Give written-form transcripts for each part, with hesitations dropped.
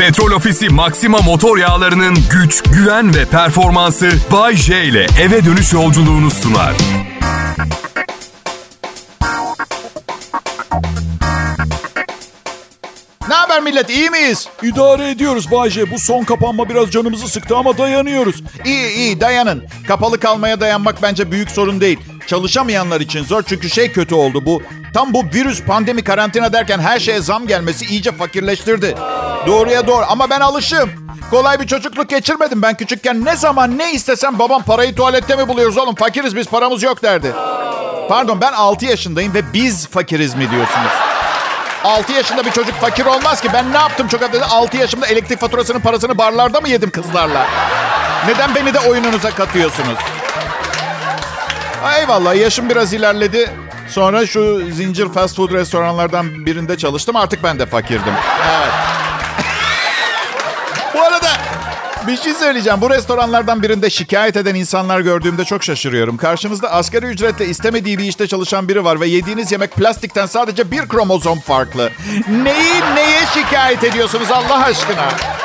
Petrol Ofisi Maxima motor yağlarının güç, güven ve performansı Bay J ile eve dönüş yolculuğunu sunar. Ne haber millet, iyi miyiz? İdare ediyoruz Bay J. Bu son kapanma biraz canımızı sıktı ama dayanıyoruz. İyi dayanın. Kapalı kalmaya dayanmak bence büyük sorun değil. Çalışamayanlar için zor çünkü kötü oldu bu. Tam bu virüs, pandemi, karantina derken her şeye zam gelmesi iyice fakirleştirdi. Doğruya doğru ama ben alışığım. Kolay bir çocukluk geçirmedim. Ben küçükken ne zaman ne istesem babam parayı tuvalette mi buluyoruz oğlum? Fakiriz biz, paramız yok derdi. Pardon, ben 6 yaşındayım ve biz fakiriz mi diyorsunuz? 6 yaşında bir çocuk fakir olmaz ki. Ben ne yaptım çok affedersin? 6 yaşımda elektrik faturasının parasını barlarda mı yedim kızlarla? Neden beni de oyununuza katıyorsunuz? Eyvallah, yaşım biraz ilerledi. Sonra şu zincir fast food restoranlardan birinde çalıştım. Artık ben de fakirdim. Evet. Bu arada bir şey söyleyeceğim. Bu restoranlardan birinde şikayet eden insanlar gördüğümde çok şaşırıyorum. Karşınızda asgari ücretle istemediği bir işte çalışan biri var ve yediğiniz yemek plastikten sadece bir kromozom farklı. Neye şikayet ediyorsunuz Allah aşkına?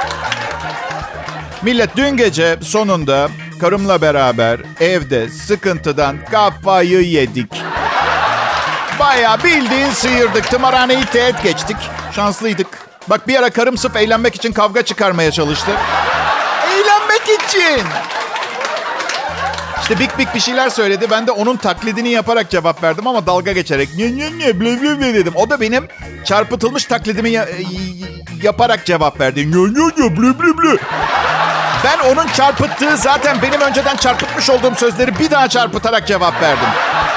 Millet, dün gece sonunda karımla beraber evde sıkıntıdan kafayı yedik. Bayağı bildiğin sıyırdık. Tımarhaneyi teğet geçtik. Şanslıydık. Bak, bir ara karım sırf eğlenmek için kavga çıkarmaya çalıştı. Eğlenmek için. İşte bik bir şeyler söyledi. Ben de onun taklidini yaparak cevap verdim ama dalga geçerek. Ne ble dedim. O da benim çarpıtılmış taklidimi yaparak cevap verdi. Ne ble. Ben onun çarpıttığı, zaten benim önceden çarpıtmış olduğum sözleri bir daha çarpıtarak cevap verdim.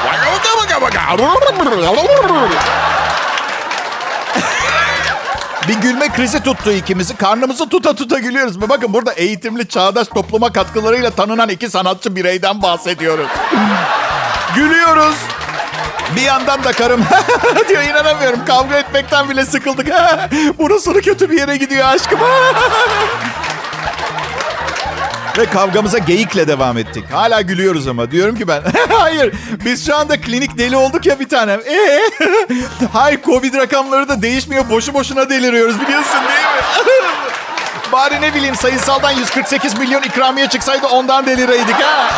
Bir gülme krizi tuttu ikimizi. Karnımızı tuta gülüyoruz. Bakın, burada eğitimli, çağdaş topluma katkılarıyla tanınan iki sanatçı bireyden bahsediyoruz. Gülüyoruz. Bir yandan da karım diyor, inanamıyorum. Kavga etmekten bile sıkıldık. Burası kötü bir yere gidiyor aşkım. Ve kavgamıza geyikle devam ettik. Hala gülüyoruz ama. Diyorum ki ben, hayır, biz şu anda klinik deli olduk ya bir tanem. Hayır, Covid rakamları da değişmiyor. Boşu boşuna deliriyoruz, biliyorsun değil mi? Bari ne bileyim, sayısaldan 148 milyon ikramiye çıksaydı ondan delireydik ha.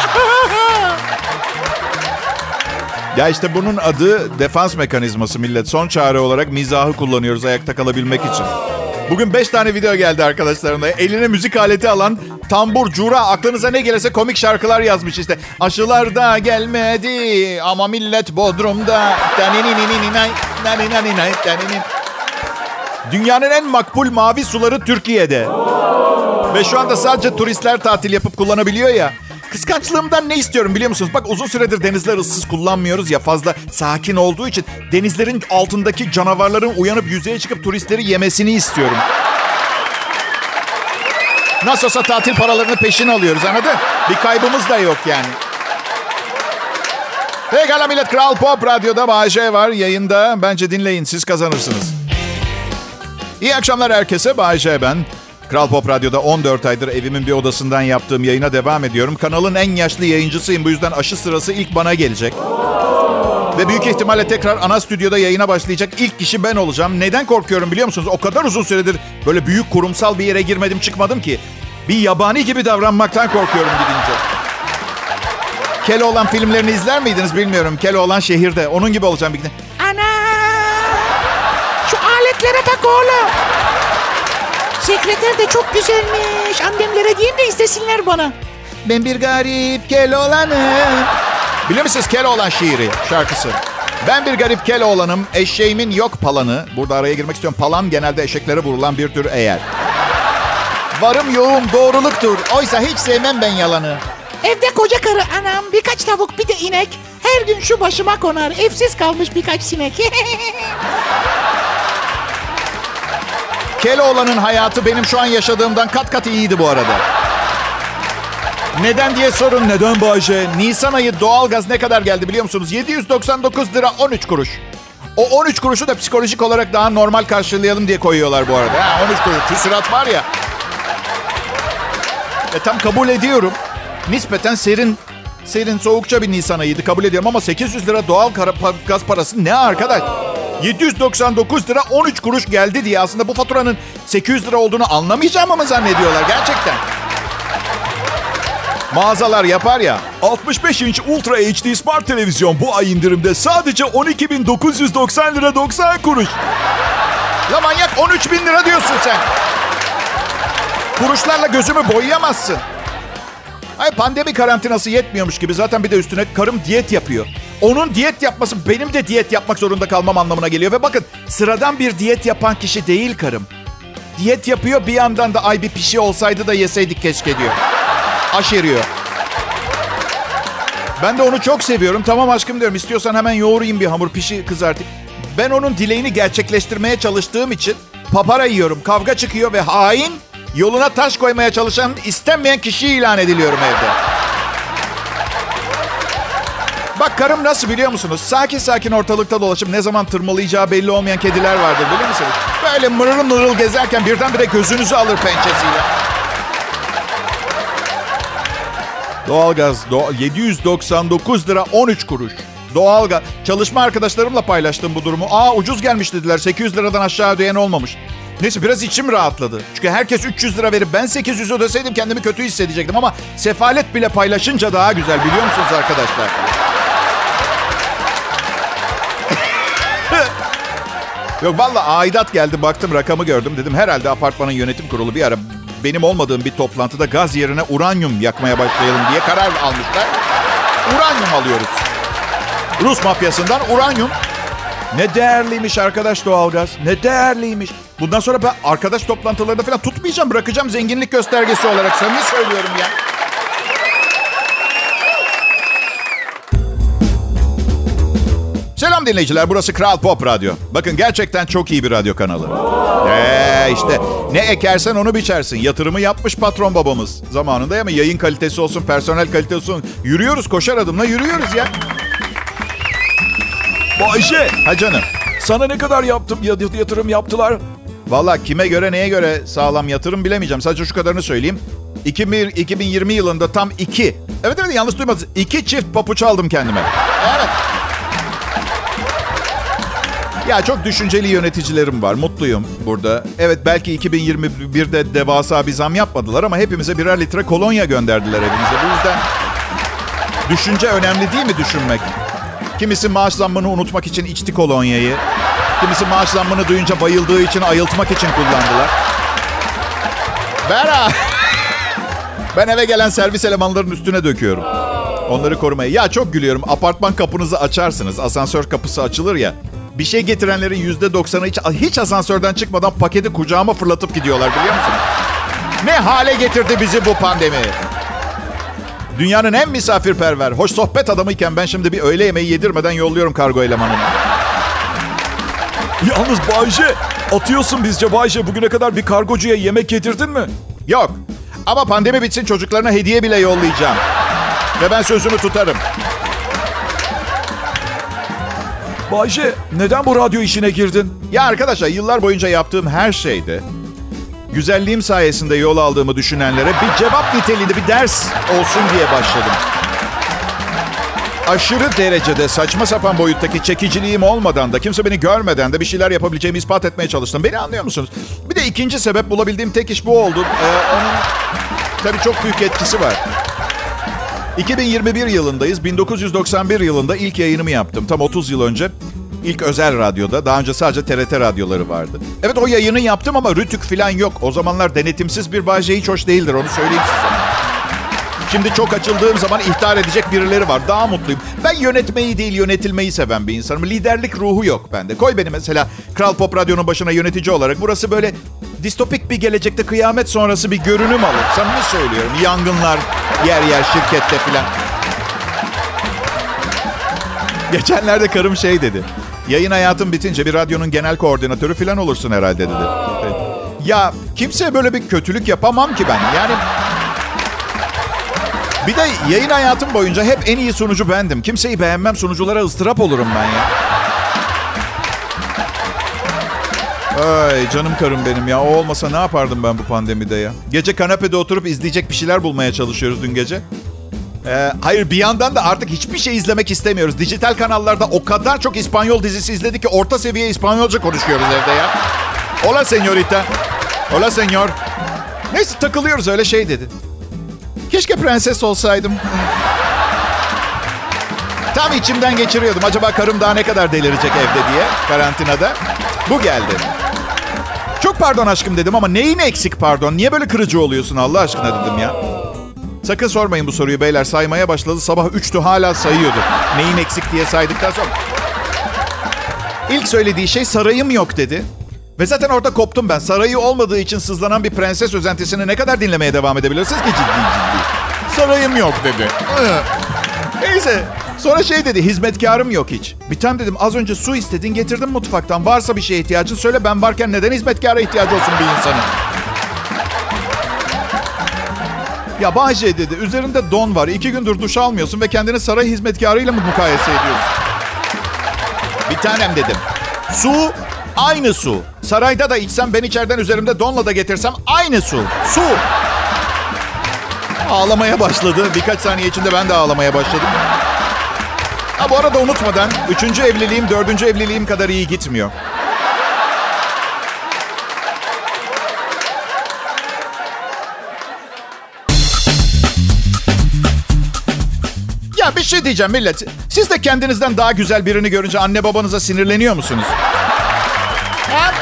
Ya işte bunun adı defans mekanizması millet. Son çare olarak mizahı kullanıyoruz ayakta kalabilmek için. Bugün 5 tane video geldi arkadaşlarımla. Eline müzik aleti alan, tambur, cura, aklınıza ne gelirse komik şarkılar yazmış işte. Aşılar da gelmedi ama millet Bodrum'da. Dünyanın en makbul mavi suları Türkiye'de. Ve şu anda sadece turistler tatil yapıp kullanabiliyor ya. Kıskançlığımdan ne istiyorum biliyor musunuz? Bak, uzun süredir denizler ıssız kullanmıyoruz ya, fazla sakin olduğu için denizlerin altındaki canavarların uyanıp yüzeye çıkıp turistleri yemesini istiyorum. Nasıl olsa tatil paralarını peşin alıyoruz, anladın? Bir kaybımız da yok yani. Pekala millet, Kral Pop Radyo'da Bay J var yayında. Bence dinleyin, siz kazanırsınız. İyi akşamlar herkese, Bay J ben. Kral Pop Radyo'da 14 aydır evimin bir odasından yaptığım yayına devam ediyorum. Kanalın en yaşlı yayıncısıyım. Bu yüzden aşı sırası ilk bana gelecek. Ve büyük ihtimalle tekrar ana stüdyoda yayına başlayacak ilk kişi ben olacağım. Neden korkuyorum biliyor musunuz? O kadar uzun süredir böyle büyük kurumsal bir yere girmedim çıkmadım ki. Bir yabani gibi davranmaktan korkuyorum gidince. Keloğlan filmlerini izler miydiniz bilmiyorum. Keloğlan şehirde. Onun gibi olacağım bir gün. Ana! Şu aletlere bak oğlum. Sekreter de çok güzelmiş. Annemlere diyeyim de istesinler bana. Ben bir garip Keloğlan'ım. Biliyor musunuz Keloğlan şarkısı? Ben bir garip Keloğlan'ım. Eşeğimin yok palanı. Burada araya girmek istiyorum. Palan genelde eşeklere vurulan bir tür eğer. Varım yoğum doğruluktur. Oysa hiç sevmem ben yalanı. Evde koca karı anam, birkaç tavuk bir de inek. Her gün şu başıma konar. Evsiz kalmış birkaç sinek. Keloğlan'ın hayatı benim şu an yaşadığımdan kat kat iyiydi bu arada. Neden diye sorun. Neden Bayce? Nisan ayı doğalgaz ne kadar geldi biliyor musunuz? 799 lira 13 kuruş. O 13 kuruşu da psikolojik olarak daha normal karşılayalım diye koyuyorlar bu arada. 13 kuruş küsurat var ya. Tam kabul ediyorum. Nispeten serin soğukça bir Nisan ayıydı, kabul ediyorum. Ama 800 lira doğal gaz parası ne arkadaş? 799 lira 13 kuruş geldi diye aslında bu faturanın 800 lira olduğunu anlamayacağımı mı zannediyorlar gerçekten? Mağazalar yapar ya. 65 inç Ultra HD Smart Televizyon bu ay indirimde sadece 12.990 lira 90 kuruş. La manyak, 13 bin lira diyorsun sen. Kuruşlarla gözümü boyayamazsın. Ay, pandemi karantinası yetmiyormuş gibi zaten bir de üstüne karım diyet yapıyor. Onun diyet yapması benim de diyet yapmak zorunda kalmam anlamına geliyor. Ve bakın, sıradan bir diyet yapan kişi değil karım. Diyet yapıyor, bir yandan da ay bir pişi olsaydı da yeseydik keşke diyor. Aşeriyor. Ben de onu çok seviyorum. Tamam aşkım diyorum, istiyorsan hemen yoğurayım bir hamur, pişi kızartayım. Ben onun dileğini gerçekleştirmeye çalıştığım için papara yiyorum. Kavga çıkıyor ve hain, yoluna taş koymaya çalışan, istenmeyen kişiyi ilan ediliyorum evde. Bak karım nasıl biliyor musunuz? Sakin sakin ortalıkta dolaşıp ne zaman tırmalayacağı belli olmayan kediler vardır, biliyor musunuz? Böyle mırıl mırıl gezerken birdenbire gözünüzü alır pençesiyle. Doğalgaz 799 lira 13 kuruş. Doğalgaz. Çalışma arkadaşlarımla paylaştım bu durumu. Ucuz gelmiş dediler. 800 liradan aşağı ödeyen olmamış. Neyse biraz içim rahatladı. Çünkü herkes 300 lira verip ben 800 ödeseydim kendimi kötü hissedecektim. Ama sefalet bile paylaşınca daha güzel, biliyor musunuz arkadaşlar? Yok vallahi aidat geldi, baktım rakamı gördüm. Dedim herhalde apartmanın yönetim kurulu bir ara benim olmadığım bir toplantıda gaz yerine uranyum yakmaya başlayalım diye karar almışlar. Uranyum alıyoruz. Rus mafyasından uranyum. Ne değerliymiş arkadaş doğalgaz. Ne değerliymiş. Bundan sonra ben arkadaş toplantılarında falan tutmayacağım. Bırakacağım zenginlik göstergesi olarak. Samimi söylüyorum ya. Selam dinleyiciler. Burası Kral Pop Radyo. Bakın gerçekten çok iyi bir radyo kanalı. İşte ne ekersen onu biçersin. Yatırımı yapmış patron babamız. Zamanında ama yayın kalitesi olsun, personel kalitesi olsun. Yürüyoruz, koşar adımla yürüyoruz ya. Bayşe, Ha canım. sana ne kadar yatırım yaptılar? Vallahi kime göre neye göre sağlam yatırım bilemeyeceğim. Sadece şu kadarını söyleyeyim. 2020 yılında tam 2. Evet yanlış duymadınız. 2 çift papuç aldım kendime. Evet. Ya çok düşünceli yöneticilerim var. Mutluyum burada. Evet belki 2021'de devasa bir zam yapmadılar ama hepimize birer litre kolonya gönderdiler evimize. Bu yüzden düşünce önemli değil mi, düşünmek? Kimisi maaş zammını unutmak için içti kolonyayı. Kimisi maaş zammını duyunca bayıldığı için ayıltmak için kullandılar. Ben eve gelen servis elemanlarının üstüne döküyorum. Onları korumaya. Ya çok gülüyorum. Apartman kapınızı açarsınız. Asansör kapısı açılır ya. Bir şey getirenlerin %90'ı hiç asansörden çıkmadan paketi kucağıma fırlatıp gidiyorlar, biliyor musun? Ne hale getirdi bizi bu pandemi? Dünyanın en misafirperver, hoş sohbet adamıyken ben şimdi bir öğle yemeği yedirmeden yolluyorum kargo elemanını. Yalnız Bayşe, atıyorsun bizce Bayşe. Bugüne kadar bir kargocuya yemek yedirdin mi? Yok. Ama pandemi bitsin çocuklarına hediye bile yollayacağım. Ve ben sözümü tutarım. Bayşe, neden bu radyo işine girdin? Ya arkadaşlar, yıllar boyunca yaptığım her şeyde güzelliğim sayesinde yol aldığımı düşünenlere bir cevap niteliğinde bir ders olsun diye başladım. Aşırı derecede saçma sapan boyuttaki çekiciliğim olmadan da, kimse beni görmeden de bir şeyler yapabileceğimi ispat etmeye çalıştım. Beni anlıyor musunuz? Bir de ikinci sebep, bulabildiğim tek iş bu oldu. Onun tabii çok büyük etkisi var. 2021 yılındayız. 1991 yılında ilk yayınımı yaptım. Tam 30 yıl önce. İlk özel radyoda. Daha önce sadece TRT radyoları vardı. Evet o yayını yaptım ama rütük falan yok. O zamanlar denetimsiz bir Bay J hiç hoş değildir, onu söyleyeyim size. Şimdi çok açıldığım zaman ihtar edecek birileri var. Daha mutluyum. Ben yönetmeyi değil, yönetilmeyi seven bir insanım. Liderlik ruhu yok bende. Koy beni mesela Kral Pop Radyo'nun başına yönetici olarak. Burası böyle distopik bir gelecekte kıyamet sonrası bir görünüm alır. Samimi söylüyorum. Yangınlar yer yer şirkette falan. Geçenlerde karım şey dedi. Yayın hayatım bitince bir radyonun genel koordinatörü falan olursun herhalde dedi. Evet. Ya kimseye böyle bir kötülük yapamam ki ben. Yani bir de yayın hayatım boyunca hep en iyi sunucu bendim. Kimseyi beğenmem, sunuculara ıstırap olurum ben ya. Ay canım karım benim ya. O olmasa ne yapardım ben bu pandemide ya? Gece kanepede oturup izleyecek bir şeyler bulmaya çalışıyoruz dün gece. Hayır, bir yandan da artık hiçbir şey izlemek istemiyoruz. Dijital kanallarda o kadar çok İspanyol dizisi izledik ki orta seviye İspanyolca konuşuyoruz evde ya. Hola señorita. Hola senyor. Neyse takılıyoruz öyle şey dedi. Keşke prenses olsaydım. Tam içimden geçiriyordum. Acaba karım daha ne kadar delirecek evde diye karantinada. Bu geldi. Çok pardon aşkım dedim ama neyin eksik pardon? Niye böyle kırıcı oluyorsun Allah aşkına dedim ya. Sakın sormayın bu soruyu beyler. Saymaya başladı. Sabah 3'tü hala sayıyordu. Neyin eksik diye saydıktan sonra. İlk söylediği şey sarayım yok dedi. Ve zaten orada koptum ben. Sarayı olmadığı için sızlanan bir prenses özentisini ne kadar dinlemeye devam edebilirsiniz ki ciddi. Sarayım yok dedi. Neyse. Sonra şey dedi, hizmetkarım yok hiç. Bir tane dedim, az önce su istedin getirdim mutfaktan. Varsa bir şeye ihtiyacın söyle, ben varken neden hizmetkara ihtiyacı olsun bir insanın? Ya Bahçe dedi, üzerinde don var. 2 gündür duş almıyorsun ve kendini saray hizmetkarıyla mı mukayese ediyorsun? Bir tanem dedim. Su aynı su. Sarayda da içsem, ben içeriden üzerimde donla da getirsem aynı su. Su. Ağlamaya başladı. Birkaç saniye içinde ben de ağlamaya başladım. Ha, bu arada unutmadan 3. evliliğim 4. evliliğim kadar iyi gitmiyor. Ya bir şey diyeceğim millet. Siz de kendinizden daha güzel birini görünce anne babanıza sinirleniyor musunuz? Ha?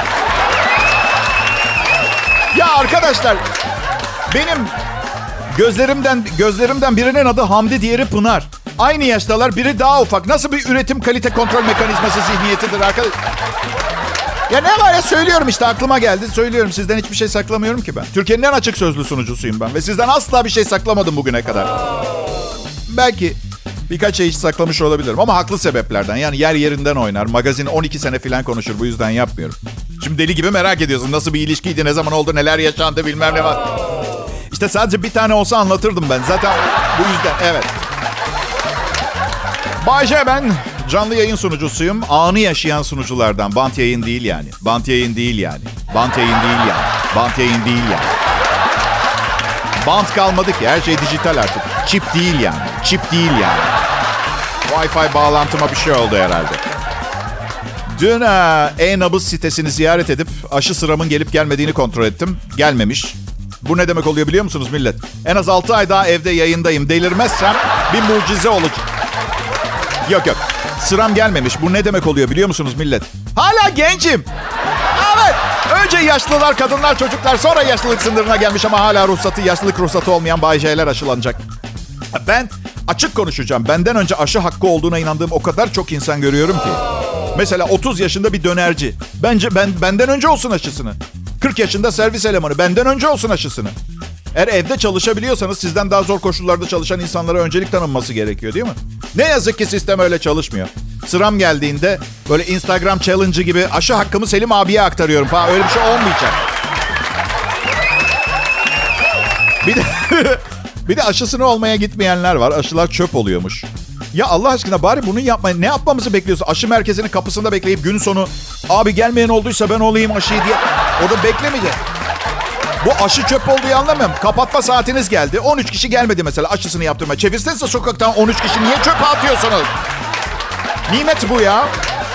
Ya arkadaşlar, benim gözlerimden birinin adı Hamdi, diğeri Pınar. Aynı yaştalar, biri daha ufak. Nasıl bir üretim kalite kontrol mekanizması zihniyetidir arkadaş? Ya ne var ya, söylüyorum işte, aklıma geldi. Söylüyorum, sizden hiçbir şey saklamıyorum ki ben. Türkiye'nin en açık sözlü sunucusuyum ben. Ve sizden asla bir şey saklamadım bugüne kadar. Belki birkaç şey hiç saklamış olabilirim ama haklı sebeplerden. Yani yer yerinden oynar. Magazin 12 sene falan konuşur. Bu yüzden yapmıyorum. Şimdi deli gibi merak ediyorsun. Nasıl bir ilişkiydi, ne zaman oldu, neler yaşandı, bilmem ne var. İşte sadece bir tane olsa anlatırdım ben. Zaten bu yüzden, evet. Bayce ben. Canlı yayın sunucusuyum. Anı yaşayan sunuculardan. Bant yayın değil yani. Bant yayın değil yani. Bant yayın değil yani. Bant yayın değil yani. Bant kalmadı ki. Her şey dijital artık. Çip değil yani. Çip değil yani. Wi-Fi bağlantıma bir şey oldu herhalde. Dün e-nabız sitesini ziyaret edip aşı sıramın gelip gelmediğini kontrol ettim. Gelmemiş. Bu ne demek oluyor biliyor musunuz millet? En az 6 ay daha evde yayındayım. Delirmezsem bir mucize olacak. Yok. Sıram gelmemiş. Bu ne demek oluyor biliyor musunuz millet? Hala gencim. Evet. Önce yaşlılar, kadınlar, çocuklar, sonra yaşlılık sınırına gelmiş ama hala yaşlılık ruhsatı olmayan bayceler aşılanacak. Ben açık konuşacağım. Benden önce aşı hakkı olduğuna inandığım o kadar çok insan görüyorum ki. Mesela 30 yaşında bir dönerci. Bence benden önce olsun aşısını. 40 yaşında servis elemanı. Benden önce olsun aşısını. Eğer evde çalışabiliyorsanız sizden daha zor koşullarda çalışan insanlara öncelik tanınması gerekiyor değil mi? Ne yazık ki sistem öyle çalışmıyor. Sıram geldiğinde böyle Instagram challenge'ı gibi aşı hakkımı Selim abiye aktarıyorum falan. Öyle bir şey olmayacak. Bir de aşısını olmaya gitmeyenler var. Aşılar çöp oluyormuş. Ya Allah aşkına bari bunu yapmayın. Ne yapmamızı bekliyorsun? Aşı merkezinin kapısında bekleyip gün sonu abi gelmeyen olduysa ben olayım aşıyı diye. O da beklemeyecek. Bu aşı çöp olduğu anlamıyorum. Kapatma saatiniz geldi. 13 kişi gelmedi mesela aşısını yaptırmaya. Çevirsenize sokaktan 13 kişi niye çöpe atıyorsunuz? Nimet bu ya.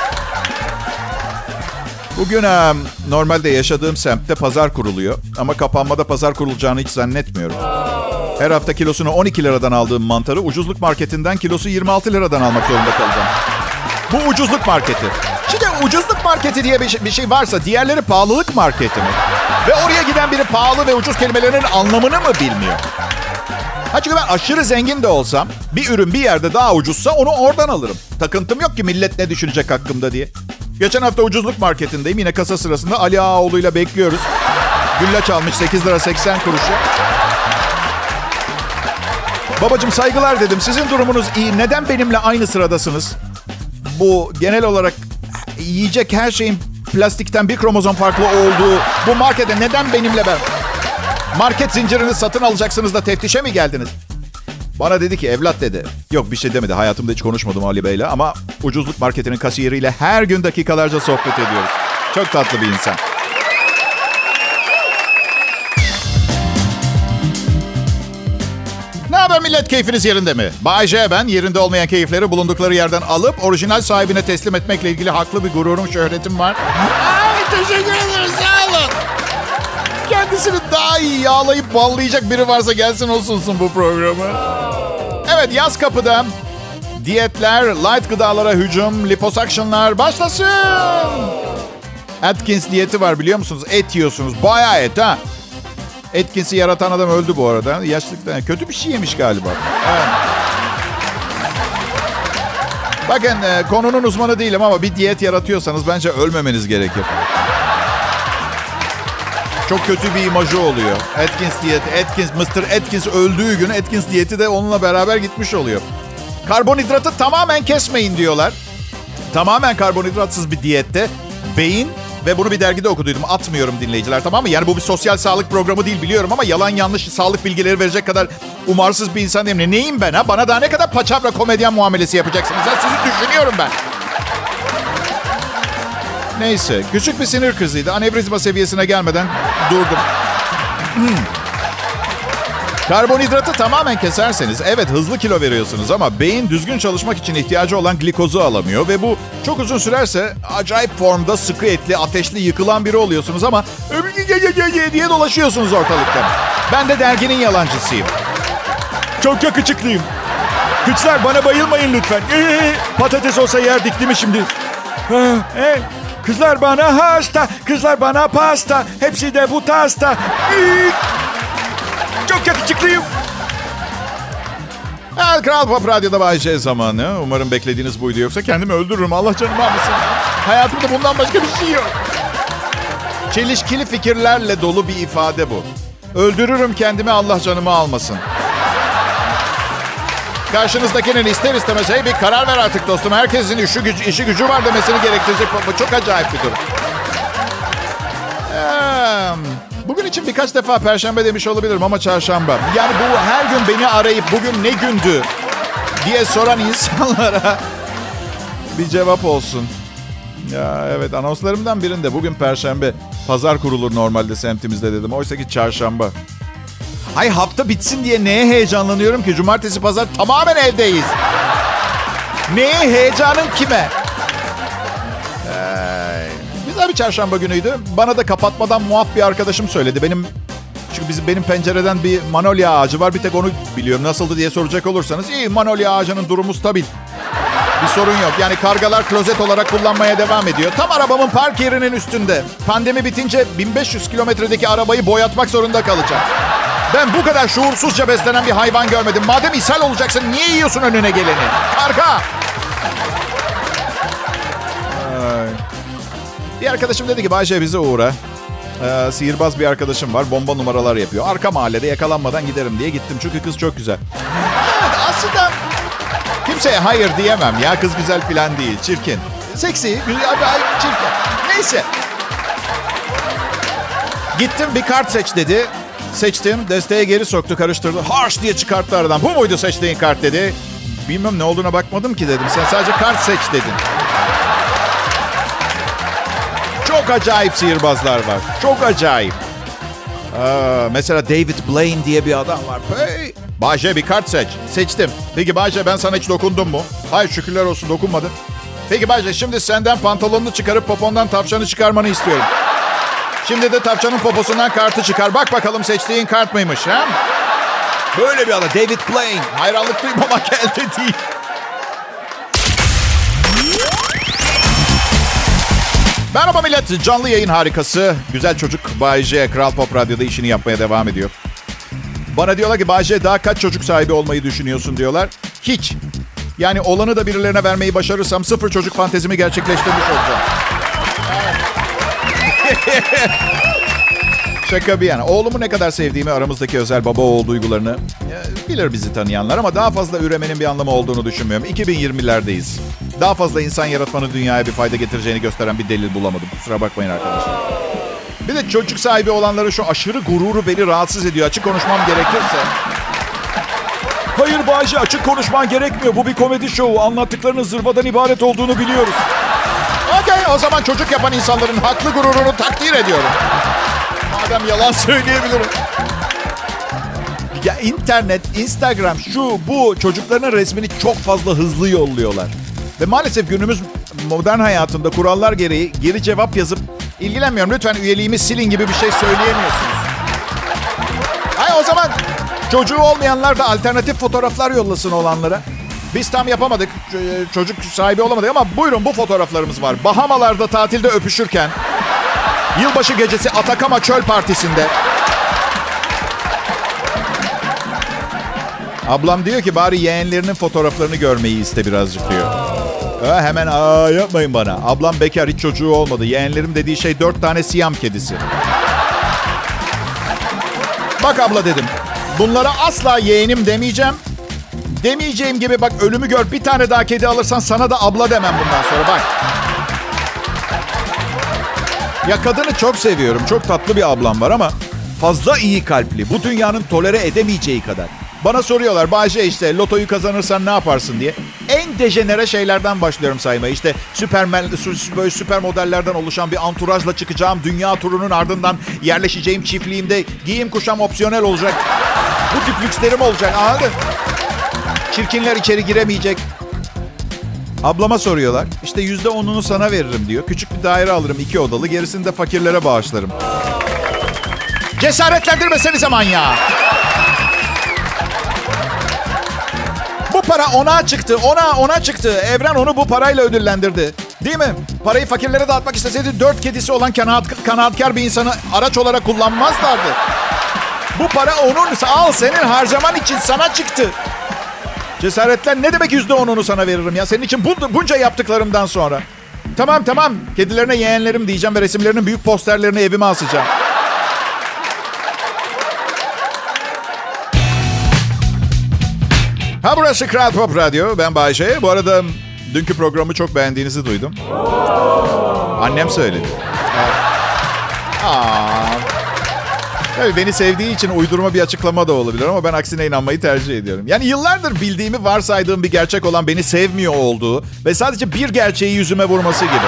Bugün normalde yaşadığım semtte pazar kuruluyor. Ama kapanmada pazar kurulacağını hiç zannetmiyorum. Her hafta kilosunu 12 liradan aldığım mantarı ucuzluk marketinden kilosu 26 liradan almak zorunda kalacağım. Bu ucuzluk marketi. Şimdi ucuzluk marketi diye bir şey varsa diğerleri pahalılık marketi mi? Ve oraya giden biri pahalı ve ucuz kelimelerinin anlamını mı bilmiyor? Çünkü ben aşırı zengin de olsam bir ürün bir yerde daha ucuzsa onu oradan alırım. Takıntım yok ki millet ne düşünecek hakkımda diye. Geçen hafta ucuzluk marketindeyim. Yine kasa sırasında Ali Ağaoğlu'yla bekliyoruz. Güllaç almış 8 lira 80 kuruşu. Babacığım saygılar dedim. Sizin durumunuz iyi. Neden benimle aynı sıradasınız? Bu genel olarak yiyecek her şeyin plastikten bir kromozom farklı olduğu bu markete neden benimle ben? Market zincirini satın alacaksınız da teftişe mi geldiniz? Bana dedi ki evlat dedi. Yok bir şey demedi. Hayatımda hiç konuşmadım Ali Bey'le ama ucuzluk marketinin kasiyeriyle her gün dakikalarca sohbet ediyoruz. Çok tatlı bir insan. Ne haber millet, keyfiniz yerinde mi? Bay J ben, yerinde olmayan keyifleri bulundukları yerden alıp orijinal sahibine teslim etmekle ilgili haklı bir gururum, şöhretim var. Ay teşekkür ederim, sağ olun. kendisini daha iyi yağlayıp ballayacak biri varsa gelsin o sunsun bu programı. Evet, yaz kapıda. Diyetler, light gıdalara hücum, liposuctionlar başlasın. Atkins diyeti var, biliyor musunuz? Et yiyorsunuz. Bayağı et ha. Atkins'i yaratan adam öldü bu arada. Yaşlılıktan. Kötü bir şey yemiş galiba. Evet. Bakın, konunun uzmanı değilim ama bir diyet yaratıyorsanız bence ölmemeniz gerekir. Çok kötü bir imajı oluyor. Atkins diyeti. Mr. Atkins öldüğü gün Atkins diyeti de onunla beraber gitmiş oluyor. Karbonhidratı tamamen kesmeyin diyorlar. Tamamen karbonhidratsız bir diyette beyin, ve bunu bir dergide okuduydum. Atmıyorum dinleyiciler, tamam mı? Yani bu bir sosyal sağlık programı değil biliyorum ama yalan yanlış sağlık bilgileri verecek kadar umarsız bir insan değilim. Neyim ben ha? Bana daha ne kadar paçavra komedyen muamelesi yapacaksınız? Ben sizi düşünüyorum ben. Neyse, küçük bir sinir kriziydi. Anevrizma seviyesine gelmeden durdum. Karbonhidratı tamamen keserseniz evet hızlı kilo veriyorsunuz ama beyin düzgün çalışmak için ihtiyacı olan glikozu alamıyor ve bu çok uzun sürerse acayip formda sıkı etli, ateşli, yıkılan biri oluyorsunuz ama diye dolaşıyorsunuz ortalıkta. Ben de derginin yalancısıyım. Çok yakışıklıyım. Kıçlar bana bayılmayın lütfen. Patates olsa yerdik değil mi şimdi? Kızlar bana hasta, kızlar bana pasta. Hepsi de bu tasta. Çok yakışıklıyım. Evet, Kral Pop Radyo'da Bay J zamanı. Umarım beklediğiniz buydu, yoksa kendimi öldürürüm. Allah canımı almasın. Hayatımda bundan başka bir şey yok. Çelişkili fikirlerle dolu bir ifade bu. Öldürürüm kendimi, Allah canımı almasın. Karşınızdakinin ister istemez bir karar ver artık dostum. Herkesin işi gücü var demesini gerektirecek. Bu çok acayip bir durum. Bugün için birkaç defa Perşembe demiş olabilirim ama çarşamba. Yani bu her gün beni arayıp bugün ne gündü diye soran insanlara bir cevap olsun. Ya evet, anonslarımdan birinde bugün Perşembe, pazar kurulur normalde semtimizde dedim. Oysa ki çarşamba. Ay, hafta bitsin diye neye heyecanlanıyorum ki? Cumartesi, pazar tamamen evdeyiz. Neye heyecanın kime? Güzel bir çarşamba günüydü. Bana da kapatmadan muaf bir arkadaşım söyledi. Çünkü benim pencereden bir manolya ağacı var. Bir tek onu biliyorum. Nasıldı diye soracak olursanız. İyi, manolya ağacının durumu stabil. Bir sorun yok. Yani kargalar klozet olarak kullanmaya devam ediyor. Tam arabamın park yerinin üstünde. Pandemi bitince 1500 kilometredeki arabayı boyatmak zorunda kalacağım. Ben bu kadar şuursuzca beslenen bir hayvan görmedim. Madem ishal olacaksın niye yiyorsun önüne geleni? Karga! Bir arkadaşım dedi ki Bayce bize uğra. Sihirbaz bir arkadaşım var. Bomba numaralar yapıyor. Arka mahallede yakalanmadan giderim diye gittim. Çünkü kız çok güzel. Evet, aslında kimseye hayır diyemem ya. Kız güzel falan değil. Çirkin. Seksi. Çirkin. Neyse. Gittim, bir kart seç dedi. Seçtim. Desteğe geri soktu, karıştırdı. Harsh diye çıkarttı aradan. Bu muydu seçtiğin kart dedi. Bilmem ne olduğuna bakmadım ki dedim. Sen sadece kart seç dedin. Çok acayip sihirbazlar var. Çok acayip. Mesela David Blaine diye bir adam var. Hey, Bayce bir kart seç. Seçtim. Peki Bayce, ben sana hiç dokundum mu? Hayır, şükürler olsun dokunmadın. Peki Bayce, şimdi senden pantolonunu çıkarıp popondan tavşanı çıkarmanı istiyorum. Şimdi de tavşanın poposundan kartı çıkar. Bak bakalım seçtiğin kart mıymış ha? Böyle bir adam. David Blaine. Hayranlık duymamak elde değil. Merhaba millet. Canlı yayın harikası. Güzel çocuk Bay J, Kral Pop Radyo'da işini yapmaya devam ediyor. Bana diyorlar ki Bay J, daha kaç çocuk sahibi olmayı düşünüyorsun diyorlar. Hiç. Yani olanı da birilerine vermeyi başarırsam 0 çocuk fantezimi gerçekleştirmiş olacağım. Şaka bir yana. Oğlumu ne kadar sevdiğimi, aramızdaki özel baba oğul duygularını bilir bizi tanıyanlar ama daha fazla üremenin bir anlamı olduğunu düşünmüyorum. 2020'lerdeyiz. Daha fazla insan yaratmanın dünyaya bir fayda getireceğini gösteren bir delil bulamadım. Kusura bakmayın arkadaşlar. Bir de çocuk sahibi olanların şu aşırı gururu beni rahatsız ediyor. Açık konuşmam gerekirse. Hayır Bayce, açık konuşman gerekmiyor. Bu bir komedi şovu. Anlattıklarının zırvadan ibaret olduğunu biliyoruz. Okey, o zaman çocuk yapan insanların haklı gururunu takdir ediyorum. Madem yalan söyleyebilirim. Ya internet, Instagram, şu bu çocukların resmini çok fazla hızlı yolluyorlar. Ve maalesef günümüz modern hayatında kurallar gereği geri cevap yazıp ilgilenmiyorum, lütfen üyeliğimi silin gibi bir şey söyleyemiyorsunuz. O zaman çocuğu olmayanlar da alternatif fotoğraflar yollasın olanlara. Biz tam yapamadık. Çocuk sahibi olamadık ama buyurun bu fotoğraflarımız var. Bahamalarda tatilde öpüşürken. Yılbaşı gecesi Atakama Çöl Partisi'nde. Ablam diyor ki bari yeğenlerinin fotoğraflarını görmeyi iste birazcık diyor. Hemen yapmayın bana. Ablam bekar, hiç çocuğu olmadı. Yeğenlerim dediği şey 4 tane Siyam kedisi. Bak abla dedim. Bunlara asla yeğenim demeyeceğim. Demeyeceğim gibi bak ölümü gör. Bir tane daha kedi alırsan sana da abla demem bundan sonra bak. Ya kadını çok seviyorum. Çok tatlı bir ablam var ama fazla iyi kalpli. Bu dünyanın tolere edemeyeceği kadar. Bana soruyorlar Bayce işte lotoyu kazanırsan ne yaparsın diye. En dejenere şeylerden başlıyorum saymaya. İşte böyle süper modellerden oluşan bir anturajla çıkacağım. Dünya turunun ardından yerleşeceğim çiftliğimde giyim kuşam opsiyonel olacak. Bu tip lükslerim olacak, anladın? Çirkinler içeri giremeyecek. Ablama soruyorlar. İşte %10'unu sana veririm diyor. Küçük bir daire alırım 2 odalı. Gerisini de fakirlere bağışlarım. Cesaretlendirmesenize manyağı. Bu para ona çıktı. Ona çıktı. Evren onu bu parayla ödüllendirdi. Değil mi? Parayı fakirlere dağıtmak isteseydi 4 kedisi olan kanaatkar bir insanı araç olarak kullanmazlardı. Bu para onun, al senin harcaman için sana çıktı. Cesaretlen ne demek %10'unu sana veririm ya? Senin için bunca yaptıklarımdan sonra. Tamam. Kedilerine yeğenlerim diyeceğim ve resimlerinin büyük posterlerini evime asacağım. Burası Kral Pop Radyo. Ben Bayşe. Bu arada dünkü programı çok beğendiğinizi duydum. Annem söyledi. Tabii beni sevdiği için uydurma bir açıklama da olabilir ama ben aksine inanmayı tercih ediyorum. Yani yıllardır bildiğimi, varsaydığım bir gerçek olan beni sevmiyor olduğu ve sadece bir gerçeği yüzüme vurması gibi.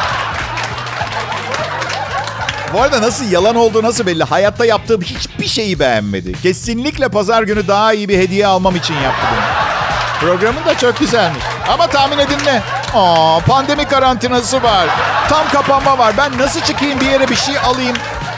Bu arada nasıl yalan olduğu nasıl belli. Hayatta yaptığım hiçbir şeyi beğenmedi. Kesinlikle pazar günü daha iyi bir hediye almam için yaptı bunu. Programın da çok güzelmiş. Ama tahmin edin ne? Pandemi karantinası var. Tam kapanma var. Ben nasıl çıkayım bir yere bir şey alayım?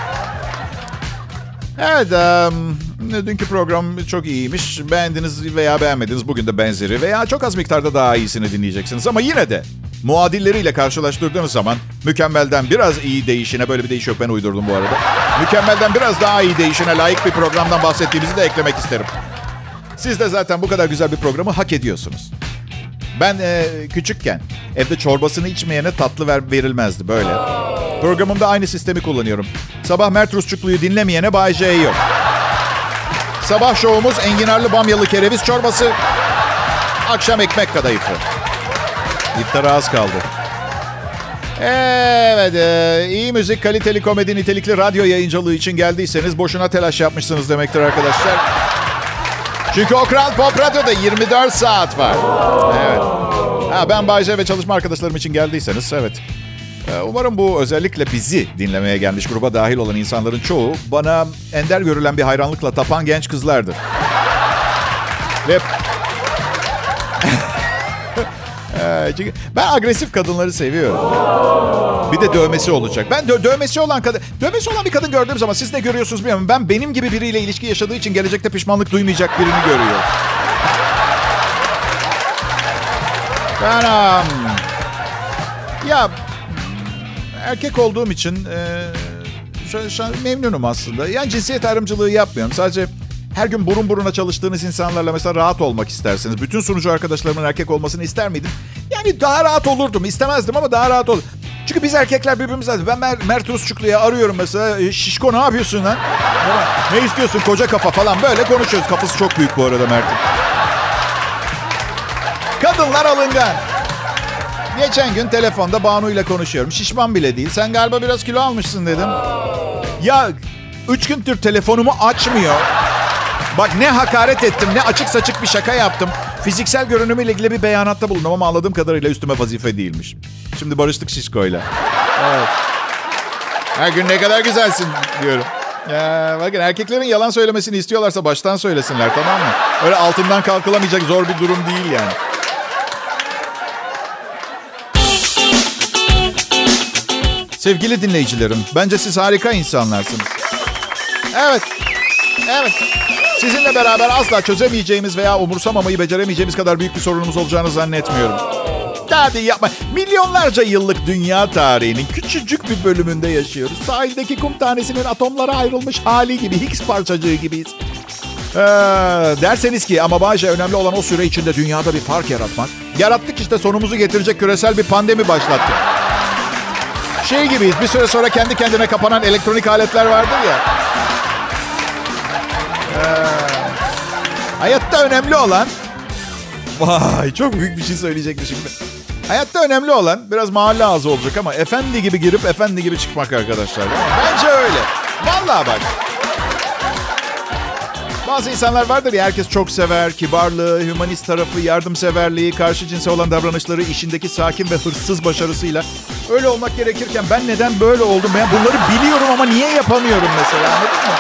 Evet, dünkü program çok iyiymiş. Beğendiniz veya beğenmediniz. Bugün de benzeri veya çok az miktarda daha iyisini dinleyeceksiniz. Ama yine de muadilleriyle karşılaştırdığınız zaman mükemmelden biraz iyi değişine, böyle bir değiş yok ben uydurdum bu arada. Mükemmelden biraz daha iyi değişine layık bir programdan bahsettiğimizi de eklemek isterim. Siz de zaten bu kadar güzel bir programı hak ediyorsunuz. Ben küçükken evde çorbasını içmeyene tatlı verilmezdi böyle. Programımda aynı sistemi kullanıyorum. Sabah Mert Rusçuklu'yu dinlemeyene Bay J yok. Sabah şovumuz enginarlı bamyalı kereviz çorbası. Akşam ekmek kadayıfı. İftara az kaldı. Evet, iyi müzik, kaliteli komedi, nitelikli radyo yayıncılığı için geldiyseniz boşuna telaş yapmışsınız demektir arkadaşlar. Çünkü o Kral Pop Radyo'da 24 saat var. Evet. Ben Bayce ve çalışma arkadaşlarım için geldiyseniz, evet. Umarım bu özellikle bizi dinlemeye gelmiş gruba dahil olan insanların çoğu bana ender görülen bir hayranlıkla tapan genç kızlardır. Ve çünkü ben agresif kadınları seviyorum. Bir de dövmesi olacak. Ben dövmesi olan bir kadın gördüğüm zaman siz ne görüyorsunuz bilmiyorum. Ben benim gibi biriyle ilişki yaşadığı için gelecekte pişmanlık duymayacak birini görüyorum. Ya erkek olduğum için memnunum aslında. Yani cinsiyet ayrımcılığı yapmıyorum. Sadece her gün burun buruna çalıştığınız insanlarla mesela rahat olmak istersiniz. Bütün sunucu arkadaşlarımın erkek olmasını ister miydim? Yani daha rahat olurdum. İstemezdim ama daha rahat olur. Çünkü biz erkekler birbirimize... Ben Mert Rusçuklu'ya arıyorum mesela. Şişko ne yapıyorsun lan? Ne istiyorsun koca kafa falan böyle konuşuyoruz. Kafası çok büyük bu arada Mert'in. Kadınlar alıngan. Geçen gün telefonda Banu ile konuşuyorum. Şişman bile değil. Sen galiba biraz kilo almışsın dedim. Ya 3 gündür telefonumu açmıyor. Bak ne hakaret ettim, ne açık saçık bir şaka yaptım. Fiziksel görünümüyle ilgili bir beyanatta bulundum ama anladığım kadarıyla üstüme vazife değilmiş. Şimdi barıştık Şişko'yla. Evet. Her gün ne kadar güzelsin diyorum. Ya bakın erkeklerin yalan söylemesini istiyorlarsa baştan söylesinler, tamam mı? Öyle altından kalkılamayacak zor bir durum değil yani. Sevgili dinleyicilerim, bence siz harika insanlarsınız. Evet, Evet. Sizinle beraber asla çözemeyeceğimiz veya umursamamayı beceremeyeceğimiz kadar büyük bir sorunumuz olacağını zannetmiyorum. Hadi yapma. Milyonlarca yıllık dünya tarihinin küçücük bir bölümünde yaşıyoruz. Sahildeki kum tanesinin atomlara ayrılmış hali gibi, Higgs parçacığı gibiyiz. Derseniz ki ama Bayce önemli olan o süre içinde dünyada bir fark yaratmak. Yarattık işte, sonumuzu getirecek küresel bir pandemi başlattık. Şey gibiyiz, bir süre sonra kendi kendine kapanan elektronik aletler vardır ya. Hayatta önemli olan... Vay, çok büyük bir şey söyleyecekti şimdi. Hayatta önemli olan biraz mahalle ağzı olacak ama efendi gibi girip efendi gibi çıkmak arkadaşlar. Bence öyle. Vallahi bak. Bazı insanlar vardır ya, herkes çok sever. Kibarlığı, hümanist tarafı, yardımseverliği, karşı cinse olan davranışları, işindeki sakin ve hırsız başarısıyla. Öyle olmak gerekirken ben neden böyle oldum? Ben bunları biliyorum ama niye yapamıyorum mesela, anladın mı?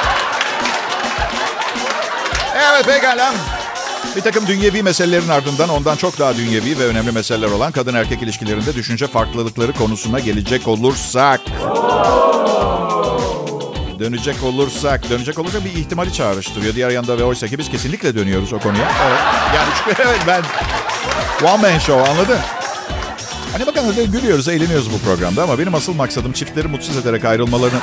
Evet, pekala. Bir takım dünyevi meselelerin ardından ondan çok daha dünyevi ve önemli meseleler olan kadın erkek ilişkilerinde düşünce farklılıkları konusuna gelecek olursak... Dönecek olursa bir ihtimali çağrıştırıyor. Diğer yanda ve oysa ki biz kesinlikle dönüyoruz o konuya. Evet. Yani çünkü evet, ben one man show, anladın? Hani bakın gülüyoruz, eğleniyoruz bu programda ama benim asıl maksadım çiftleri mutsuz ederek ayrılmalarını...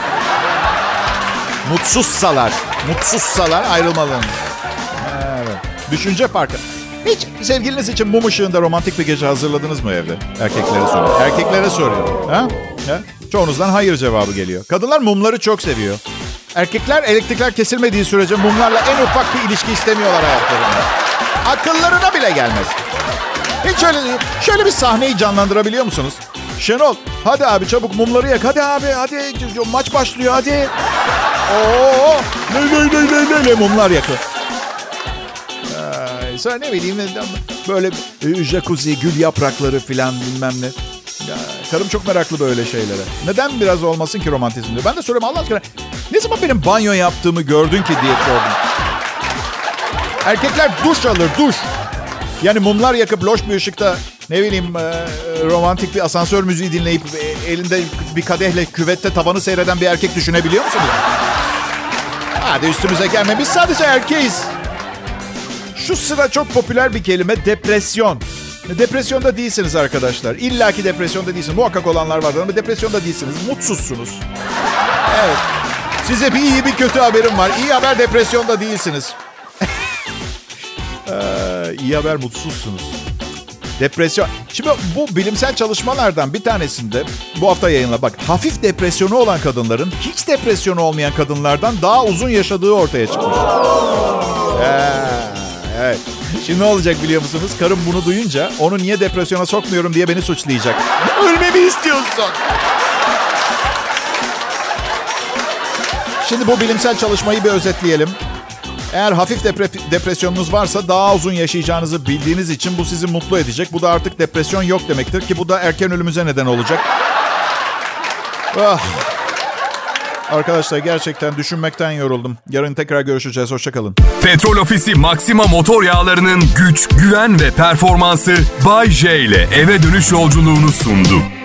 Mutsuzsalar ayrılmalarını. Evet. Düşünce farkı. Hiç sevgiliniz için mum ışığında romantik bir gece hazırladınız mı evde? Erkeklere soruyorum. Ha? Çoğunuzdan hayır cevabı geliyor. Kadınlar mumları çok seviyor. Erkekler elektrikler kesilmediği sürece mumlarla en ufak bir ilişki istemiyorlar hayatlarında. Akıllarına bile gelmez. Hiç şöyle bir sahneyi canlandırabiliyor musunuz? Şenol, hadi abi çabuk mumları yak. Hadi abi, hadi maç başlıyor, hadi. Oo, ne mumlar yakın. Sonra ne bileyim böyle jacuzzi, gül yaprakları filan bilmem ne. Ya, karım çok meraklı böyle şeylere. Neden biraz olmasın ki romantizm diyor. Ben de soruyorum, Allah aşkına ne zaman benim banyo yaptığımı gördün ki diye sordum. Erkekler duş alır, duş. Yani mumlar yakıp loş bir ışıkta ne bileyim romantik bir asansör müziği dinleyip elinde bir kadehle küvette tavanı seyreden bir erkek düşünebiliyor musunuz? Hadi üstümüze gelme, biz sadece erkeğiz. Şu sıra çok popüler bir kelime, depresyon. Depresyonda değilsiniz arkadaşlar. İlla ki depresyonda değilsiniz. Muhakkak olanlar vardır ama depresyonda değilsiniz. Mutsuzsunuz. Evet. Size bir iyi bir kötü haberim var. İyi haber, depresyonda değilsiniz. İyi haber, mutsuzsunuz. Depresyon. Şimdi bu bilimsel çalışmalardan bir tanesinde bu hafta yayınla bak. Hafif depresyonu olan kadınların hiç depresyonu olmayan kadınlardan daha uzun yaşadığı ortaya çıkmış. Evet. Şimdi ne olacak biliyor musunuz? Karım bunu duyunca onu niye depresyona sokmuyorum diye beni suçlayacak. Ölmemi istiyorsun. Şimdi bu bilimsel çalışmayı bir özetleyelim. Eğer hafif depresyonunuz varsa daha uzun yaşayacağınızı bildiğiniz için bu sizi mutlu edecek. Bu da artık depresyon yok demektir ki bu da erken ölümümüze neden olacak. Arkadaşlar gerçekten düşünmekten yoruldum. Yarın tekrar görüşeceğiz. Hoşça kalın. Petrol Ofisi Maxima motor yağlarının güç, güven ve performansı Bay J ile eve dönüş yolculuğunu sundu.